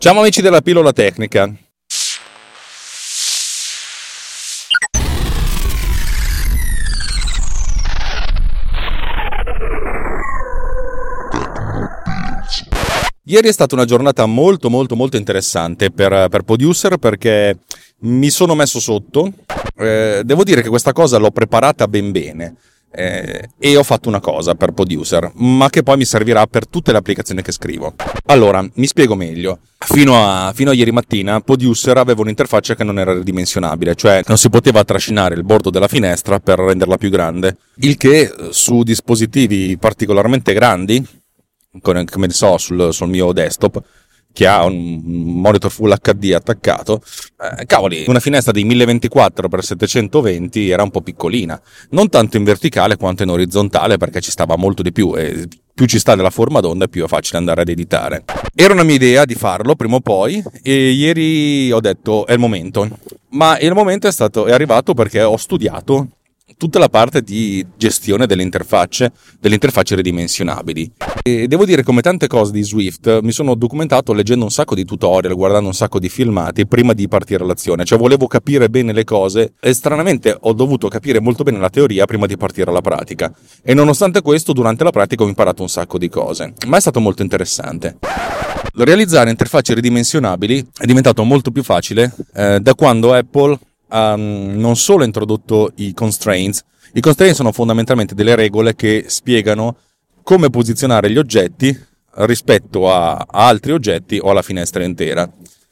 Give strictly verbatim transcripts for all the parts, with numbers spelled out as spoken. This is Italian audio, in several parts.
Ciao amici della pillola tecnica. Ieri è stata una giornata molto molto molto interessante per, per Producer, perché mi sono messo sotto. Eh, devo dire che questa cosa l'ho preparata ben bene. Eh, e ho fatto una cosa per Producer, ma che poi mi servirà per tutte le applicazioni che scrivo. Allora, mi spiego meglio. Fino a, fino a ieri mattina Producer aveva un'interfaccia che non era ridimensionabile, cioè non si poteva trascinare il bordo della finestra per renderla più grande, il che su dispositivi particolarmente grandi, come ne so, sul, sul mio desktop, che ha un monitor Full acca di attaccato, eh, cavoli, una finestra di mille ventiquattro per settecentoventi era un po' piccolina, non tanto in verticale quanto in orizzontale, perché ci stava molto di più, e più ci sta nella forma d'onda più è facile andare ad editare. Era una mia idea di farlo prima o poi, e ieri ho detto è il momento, ma il momento è stato è arrivato perché ho studiato tutta la parte di gestione delle interfacce, delle interfacce ridimensionabili. E devo dire, come tante cose di Swift, mi sono documentato leggendo un sacco di tutorial, guardando un sacco di filmati prima di partire all'azione. Cioè volevo capire bene le cose e stranamente ho dovuto capire molto bene la teoria prima di partire alla pratica. E nonostante questo, durante la pratica ho imparato un sacco di cose. Ma è stato molto interessante. Realizzare interfacce ridimensionabili è diventato molto più facile eh, da quando Apple Um, non solo ha introdotto i constraints. I constraints sono fondamentalmente delle regole che spiegano come posizionare gli oggetti rispetto a, a altri oggetti o alla finestra intera.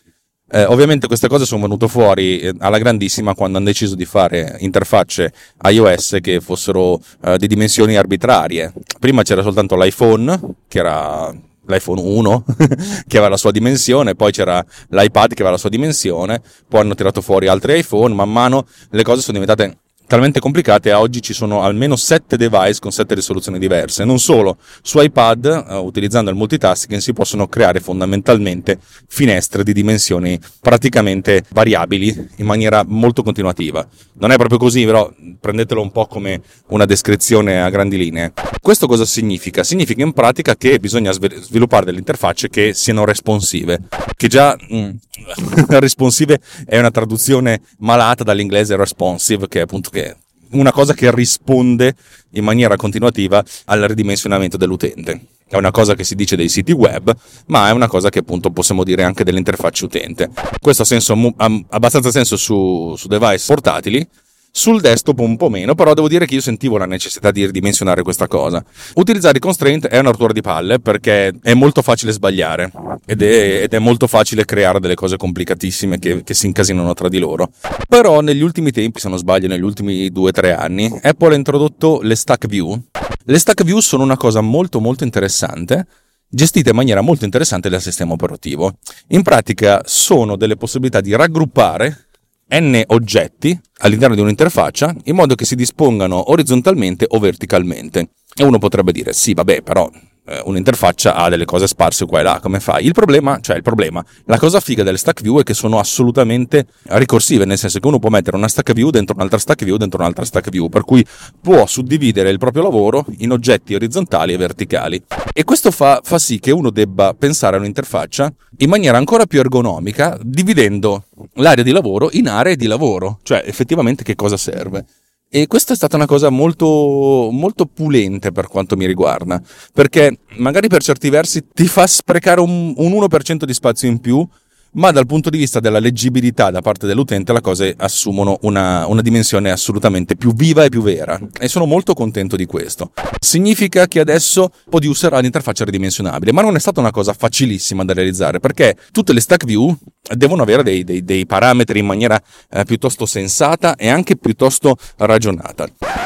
Eh, ovviamente queste cose sono venute fuori eh, alla grandissima quando hanno deciso di fare interfacce iOS che fossero eh, di dimensioni arbitrarie. Prima c'era soltanto l'iPhone, che era l'iPhone uno che aveva la sua dimensione, poi c'era l'iPad che aveva la sua dimensione, poi hanno tirato fuori altri iPhone, man mano le cose sono diventate talmente complicate e oggi ci sono almeno sette device con sette risoluzioni diverse. Non solo, su iPad, uh, utilizzando il multitasking, si possono creare fondamentalmente finestre di dimensioni praticamente variabili in maniera molto continuativa. Non è proprio così, però prendetelo un po' come una descrizione a grandi linee. Questo cosa significa? Significa in pratica che bisogna sviluppare delle interfacce che siano responsive, che già mm, responsive è una traduzione malata dall'inglese responsive, che è appunto che una cosa che risponde in maniera continuativa al ridimensionamento dell'utente. È una cosa che si dice dei siti web, ma è una cosa che appunto possiamo dire anche delle interfacce utente. Questo ha senso, ha abbastanza senso su, su device portatili. Sul desktop un po' meno, però devo dire che io sentivo la necessità di ridimensionare questa cosa. Utilizzare i constraint è una rottura di palle, perché è molto facile sbagliare ed è, ed è molto facile creare delle cose complicatissime che, che si incasinano tra di loro. Però negli ultimi tempi, se non sbaglio negli ultimi due o tre anni, Apple ha introdotto le stack view. Le stack view sono una cosa molto molto interessante, gestite in maniera molto interessante dal sistema operativo. In pratica sono delle possibilità di raggruppare n oggetti all'interno di un'interfaccia in modo che si dispongano orizzontalmente o verticalmente. E uno potrebbe dire sì, vabbè, però eh, un'interfaccia ha delle cose sparse qua e là, come fai? Il problema, cioè il problema, la cosa figa delle stack view è che sono assolutamente ricorsive, nel senso che uno può mettere una stack view dentro un'altra stack view dentro un'altra stack view, per cui può suddividere il proprio lavoro in oggetti orizzontali e verticali. E questo fa, fa sì che uno debba pensare a un'interfaccia in maniera ancora più ergonomica, dividendo l'area di lavoro in aree di lavoro, cioè effettivamente che cosa serve. E questa è stata una cosa molto, molto pulente per quanto mi riguarda, perché magari per certi versi ti fa sprecare un, un uno per cento di spazio in più, ma dal punto di vista della leggibilità da parte dell'utente le cose assumono una, una dimensione assolutamente più viva e più vera, e sono molto contento di questo. Significa che adesso Producer ha l'interfaccia ridimensionabile, ma non è stata una cosa facilissima da realizzare, perché tutte le stack view devono avere dei, dei, dei parametri in maniera eh, piuttosto sensata e anche piuttosto ragionata.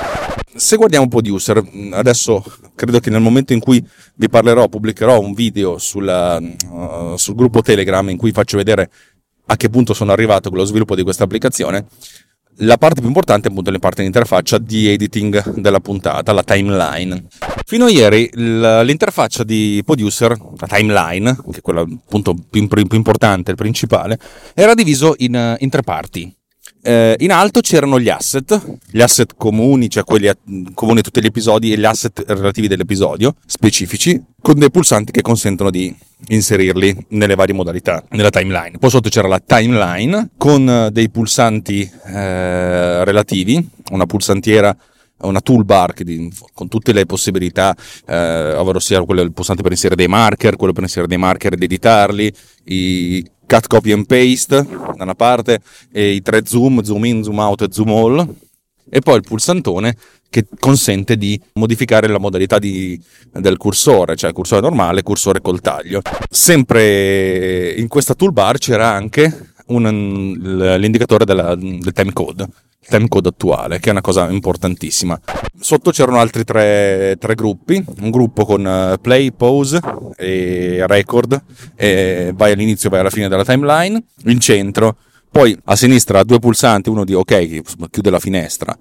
Se guardiamo Producer, adesso credo che nel momento in cui vi parlerò, pubblicherò un video sulla, uh, sul gruppo Telegram in cui faccio vedere a che punto sono arrivato con lo sviluppo di questa applicazione. La parte più importante è appunto la parte di interfaccia di editing della puntata, la timeline. Fino a ieri l'interfaccia di Producer, la timeline, che è quella appunto più, più importante, il principale, era diviso in, in tre parti. Eh, in alto c'erano gli asset, gli asset comuni, cioè quelli a- comuni a tutti gli episodi, e gli asset relativi dell'episodio, specifici, con dei pulsanti che consentono di inserirli nelle varie modalità, nella timeline. Poi sotto c'era la timeline con eh, dei pulsanti eh, relativi, una pulsantiera, una toolbar che di, con tutte le possibilità, eh, ovvero sia quello il pulsante per inserire dei marker, quello per inserire dei marker ed editarli, i cut, copy and paste da una parte, e i tre zoom, zoom in, zoom out e zoom all, e poi il pulsantone che consente di modificare la modalità di, del cursore, cioè cursore normale, cursore col taglio. Sempre in questa toolbar c'era anche un, l'indicatore della, del timecode, il timecode attuale, che è una cosa importantissima. Sotto c'erano altri tre, tre gruppi, un gruppo con play, pause e record, e vai all'inizio, vai alla fine della timeline, in centro, poi a sinistra due pulsanti, uno di ok, chiude la finestra,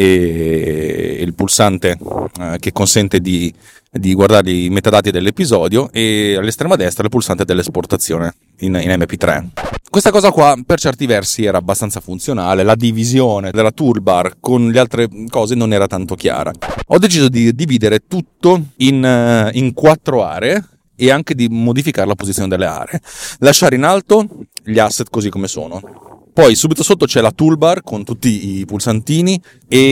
e il pulsante eh, che consente di, di guardare i metadati dell'episodio, e all'estrema destra il pulsante dell'esportazione in, in emme pi tre. Questa cosa qua per certi versi era abbastanza funzionale, la divisione della toolbar con le altre cose non era tanto chiara. Ho deciso di dividere tutto in, in quattro aree e anche di modificare la posizione delle aree, lasciare in alto gli asset così come sono. Poi subito sotto c'è la toolbar con tutti i pulsantini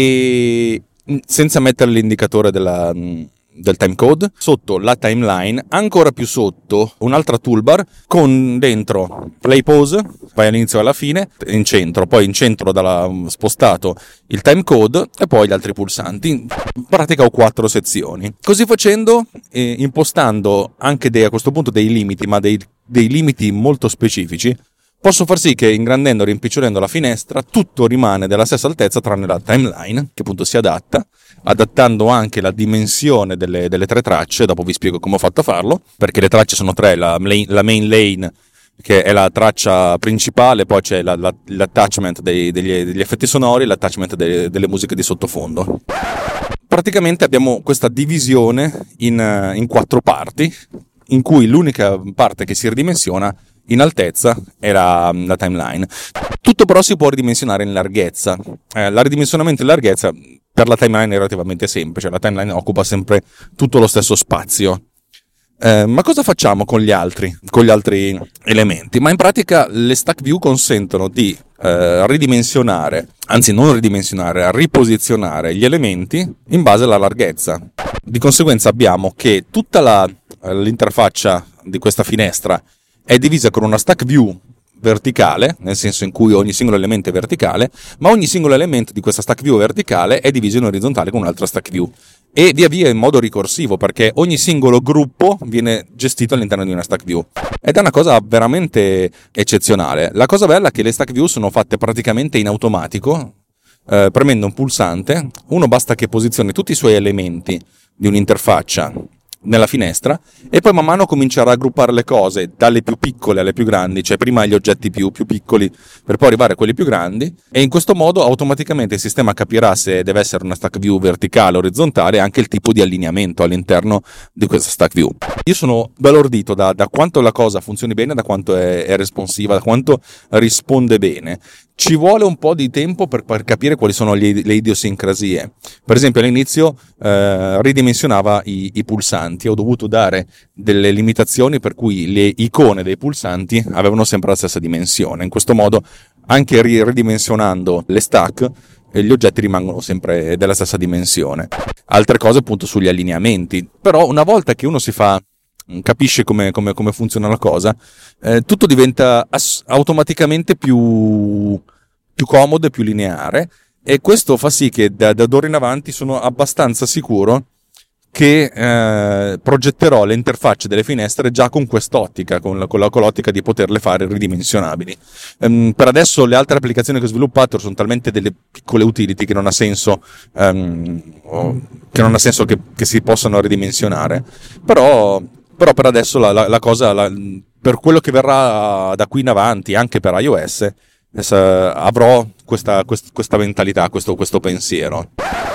e senza mettere l'indicatore della, del timecode. Sotto la timeline, ancora più sotto un'altra toolbar con dentro play, pause, vai all'inizio e alla fine, in centro, poi in centro dalla, spostato il timecode e poi gli altri pulsanti. In pratica ho quattro sezioni. Così facendo, eh, impostando anche dei, a questo punto dei limiti, ma dei, dei limiti molto specifici, posso far sì che ingrandendo e rimpicciolendo la finestra tutto rimane della stessa altezza tranne la timeline, che appunto si adatta, adattando anche la dimensione delle, delle tre tracce. Dopo vi spiego come ho fatto a farlo, perché le tracce sono tre: la, la main lane, che è la traccia principale, poi c'è la, la, l'attachment dei, degli, degli effetti sonori, l'attachment delle, delle musiche di sottofondo. Praticamente abbiamo questa divisione in, in quattro parti, in cui l'unica parte che si ridimensiona in altezza è la, la timeline. Tutto però si può ridimensionare in larghezza. Eh, la ridimensionamento in larghezza per la timeline è relativamente semplice, la timeline occupa sempre tutto lo stesso spazio. Eh, ma cosa facciamo con gli altri, con gli altri elementi? Ma in pratica le stack view consentono di eh, ridimensionare, anzi non ridimensionare, riposizionare gli elementi in base alla larghezza. Di conseguenza abbiamo che tutta la, l'interfaccia di questa finestra è divisa con una stack view verticale, nel senso in cui ogni singolo elemento è verticale, ma ogni singolo elemento di questa stack view verticale è diviso in orizzontale con un'altra stack view, e via via in modo ricorsivo, perché ogni singolo gruppo viene gestito all'interno di una stack view, ed è una cosa veramente eccezionale. La cosa bella è che le stack view sono fatte praticamente in automatico, eh, premendo un pulsante. Uno basta che posizioni tutti i suoi elementi di un'interfaccia nella finestra, e poi man mano comincerà a raggruppare le cose dalle più piccole alle più grandi, cioè prima gli oggetti più, più piccoli per poi arrivare a quelli più grandi, e in questo modo automaticamente il sistema capirà se deve essere una stack view verticale o orizzontale, e anche il tipo di allineamento all'interno di questa stack view. Io sono belordito da, da quanto la cosa funzioni bene, da quanto è, è responsiva, da quanto risponde bene. Ci vuole un po' di tempo per, per capire quali sono gli, le idiosincrasie. Per esempio all'inizio eh, ridimensionava i, i pulsanti, ho dovuto dare delle limitazioni per cui le icone dei pulsanti avevano sempre la stessa dimensione. In questo modo, anche ridimensionando le stack, gli oggetti rimangono sempre della stessa dimensione. Altre cose appunto sugli allineamenti. Però una volta che uno si fa capisce come, come, come funziona la cosa, eh, tutto diventa ass- automaticamente più, più comodo e più lineare, e questo fa sì che da, da d'ora in avanti sono abbastanza sicuro che eh, progetterò le interfacce delle finestre già con quest'ottica, con, la, con, la, con l'ottica di poterle fare ridimensionabili. Um, per adesso le altre applicazioni che ho sviluppato sono talmente delle piccole utility che non ha senso um, oh, che non ha senso che, che si possano ridimensionare, però Però per adesso la, la, la cosa, la, per quello che verrà da qui in avanti, anche per iOS, eh, avrò questa, quest, questa mentalità, questo, questo pensiero.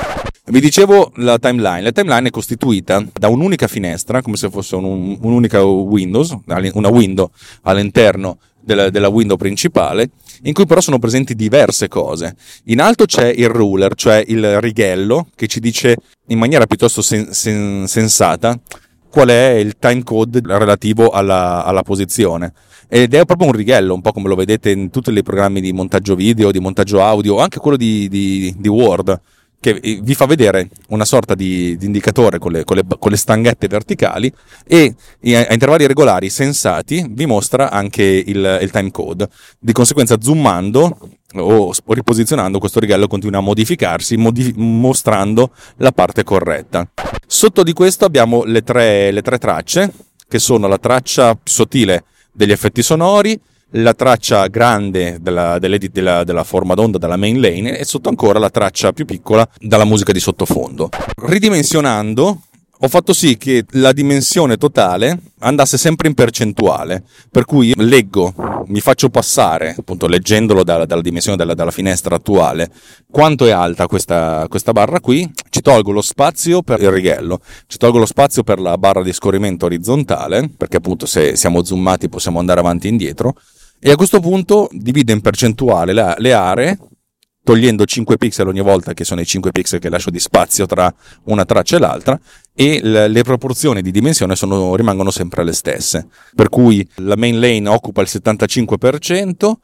Vi dicevo la timeline. La timeline è costituita da un'unica finestra, come se fosse un, un'unica Windows, una window all'interno della, della window principale, in cui però sono presenti diverse cose. In alto c'è il ruler, cioè il righello, che ci dice in maniera piuttosto sen- sen- sensata qual è il time code relativo alla, alla posizione. Ed è proprio un righello, un po' come lo vedete in tutti i programmi di montaggio video, di montaggio audio, anche quello di, di, di Word, che vi fa vedere una sorta di, di indicatore con le, con, le, con le stanghette verticali e a intervalli regolari sensati vi mostra anche il, il time code. Di conseguenza, zoomando o riposizionando, questo righello continua a modificarsi, modif- mostrando la parte corretta. Sotto di questo abbiamo le tre, le tre tracce, che sono la traccia più sottile degli effetti sonori, la traccia grande della, della, della forma d'onda, della main lane, e sotto ancora la traccia più piccola dalla musica di sottofondo. Ridimensionando ho fatto sì che la dimensione totale andasse sempre in percentuale, per cui leggo, mi faccio passare, appunto leggendolo dalla, dalla dimensione della, dalla finestra attuale, quanto è alta questa, questa barra qui, ci tolgo lo spazio per il righello, ci tolgo lo spazio per la barra di scorrimento orizzontale, perché appunto se siamo zoomati possiamo andare avanti e indietro, e a questo punto divido in percentuale le, le aree, togliendo cinque pixel ogni volta, che sono i cinque pixel che lascio di spazio tra una traccia e l'altra, e le, le proporzioni di dimensione sono, rimangono sempre le stesse. Per cui la main lane occupa il settantacinque per cento,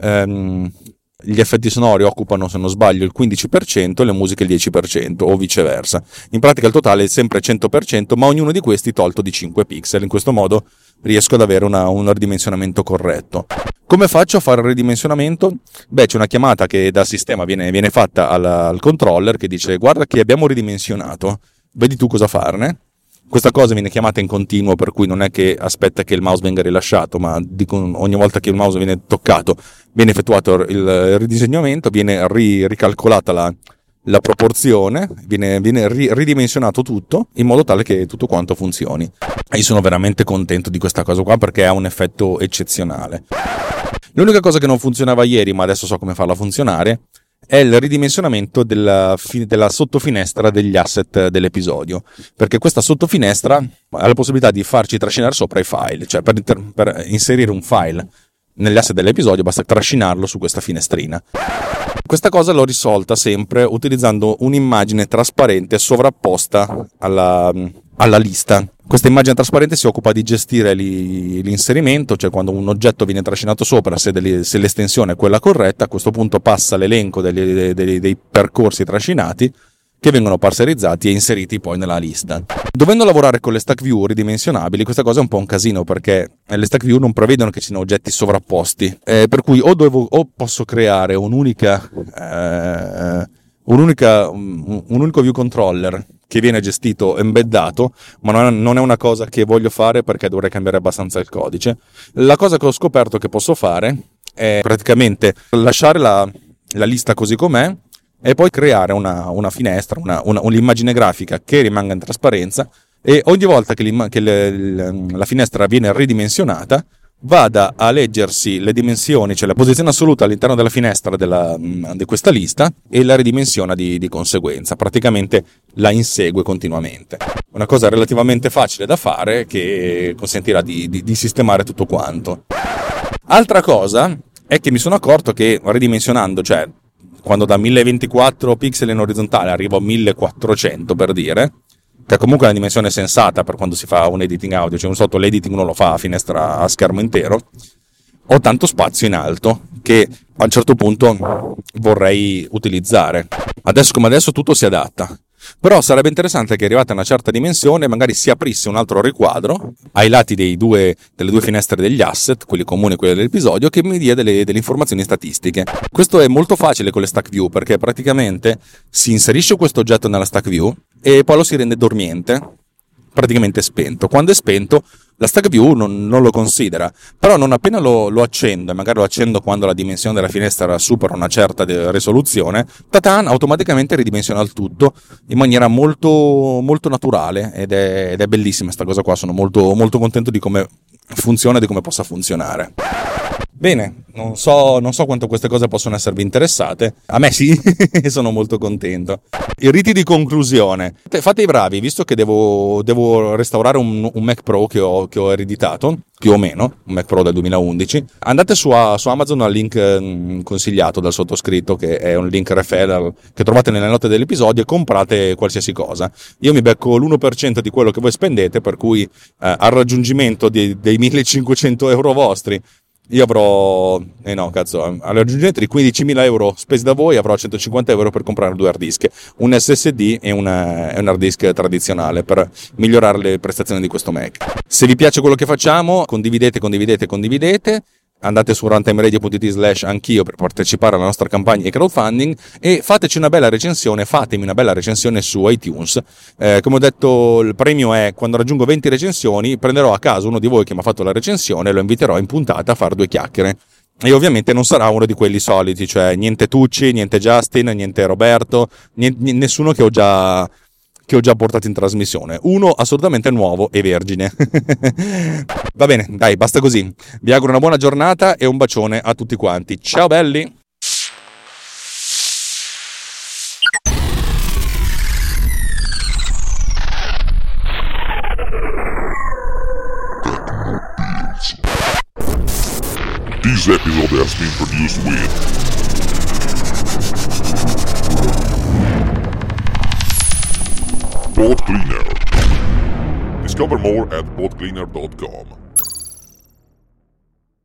ehm, gli effetti sonori occupano, se non sbaglio, il quindici per cento e le musiche il dieci per cento, o viceversa. In pratica il totale è sempre cento per cento, ma ognuno di questi tolto di cinque pixel. In questo modo riesco ad avere una, un ridimensionamento corretto. Come faccio a fare il ridimensionamento? Beh, c'è una chiamata che dal sistema viene, viene fatta al, al controller che dice: guarda che abbiamo ridimensionato, vedi tu cosa farne. Questa cosa viene chiamata in continuo, per cui non è che aspetta che il mouse venga rilasciato, ma dico, ogni volta che il mouse viene toccato viene effettuato il ridisegnamento, viene ri, ricalcolata la, la proporzione, viene, viene ri, ridimensionato tutto in modo tale che tutto quanto funzioni. E io sono veramente contento di questa cosa qua, perché ha un effetto eccezionale. L'unica cosa che non funzionava ieri, ma adesso so come farla funzionare, è il ridimensionamento della, della sottofinestra degli asset dell'episodio, perché questa sottofinestra ha la possibilità di farci trascinare sopra i file, cioè per, inter- per inserire un file negli asset dell'episodio basta trascinarlo su questa finestrina. Questa cosa l'ho risolta sempre utilizzando un'immagine trasparente sovrapposta alla, alla lista. Questa immagine trasparente si occupa di gestire li, l'inserimento, cioè quando un oggetto viene trascinato sopra, se, delle, se l'estensione è quella corretta, a questo punto passa l'elenco dei, dei, dei percorsi trascinati che vengono parserizzati e inseriti poi nella lista. Dovendo lavorare con le stack view ridimensionabili, questa cosa è un po' un casino, perché le stack view non prevedono che ci siano oggetti sovrapposti, eh, per cui o, devo, o posso creare un'unica, eh, un'unica, un, un unico view controller che viene gestito embeddato, ma non è, non è una cosa che voglio fare perché dovrei cambiare abbastanza il codice. La cosa che ho scoperto che posso fare è praticamente lasciare la, la lista così com'è e poi creare una, una finestra, una, una, un'immagine grafica che rimanga in trasparenza, e ogni volta che, che le, la finestra viene ridimensionata vada a leggersi le dimensioni, cioè la posizione assoluta all'interno della finestra della, di questa lista, e la ridimensiona di, di conseguenza, praticamente la insegue continuamente. Una cosa relativamente facile da fare che consentirà di, di, di sistemare tutto quanto. Altra cosa è che mi sono accorto che ridimensionando, cioè quando da mille ventiquattro pixel in orizzontale arrivo a millequattrocento, per dire, che è comunque una dimensione sensata per quando si fa un editing audio, cioè un sotto l'editing uno lo fa a finestra a schermo intero, ho tanto spazio in alto che a un certo punto vorrei utilizzare. Adesso come adesso tutto si adatta, però sarebbe interessante che arrivata a una certa dimensione magari si aprisse un altro riquadro ai lati dei due, delle due finestre degli asset, quelli comuni e quelli dell'episodio, che mi dia delle, delle informazioni statistiche. Questo è molto facile con le stack view, perché praticamente si inserisce questo oggetto nella stack view e poi lo si rende dormiente, praticamente spento. Quando è spento la stack view non, non lo considera, però non appena lo, lo accendo, e magari lo accendo quando la dimensione della finestra supera una certa de- risoluzione, tatan, automaticamente ridimensiona il tutto in maniera molto, molto naturale, ed è, ed è bellissima sta cosa qua. Sono molto, molto contento di come funziona e di come possa funzionare. Bene, non so, non so quanto queste cose possono esservi interessate. A me sì, e sono molto contento. I riti di conclusione. Fate i bravi, visto che devo, devo restaurare un, un Mac Pro che ho, che ho ereditato, più o meno, un Mac Pro del duemilaundici. Andate su, su Amazon al link mh, consigliato dal sottoscritto, che è un link referral che trovate nelle note dell'episodio, e comprate qualsiasi cosa. Io mi becco l'uno per cento di quello che voi spendete, per cui eh, al raggiungimento di, dei millecinquecento euro vostri io avrò, eh no cazzo, al raggiungimento di quindicimila euro spesi da voi avrò centocinquanta euro per comprare due hard disk, un S S D e, una, e un hard disk tradizionale, per migliorare le prestazioni di questo Mac. Se vi piace quello che facciamo, condividete, condividete, condividete. Andate su runtimeradio.it slash anch'io per partecipare alla nostra campagna di crowdfunding e fateci una bella recensione, fatemi una bella recensione su iTunes. Eh, come ho detto, il premio è: quando raggiungo venti recensioni prenderò a caso uno di voi che mi ha fatto la recensione e lo inviterò in puntata a fare due chiacchiere. E ovviamente non sarà uno di quelli soliti, cioè niente Tucci, niente Justin, niente Roberto, niente, nessuno che ho già... che ho già portato in trasmissione. Uno assolutamente nuovo e vergine. Va bene, dai, basta così. Vi auguro una buona giornata e un bacione a tutti quanti. Ciao belli! This episode has been produced with Pod Cleaner. Discover more at pod cleaner dot com.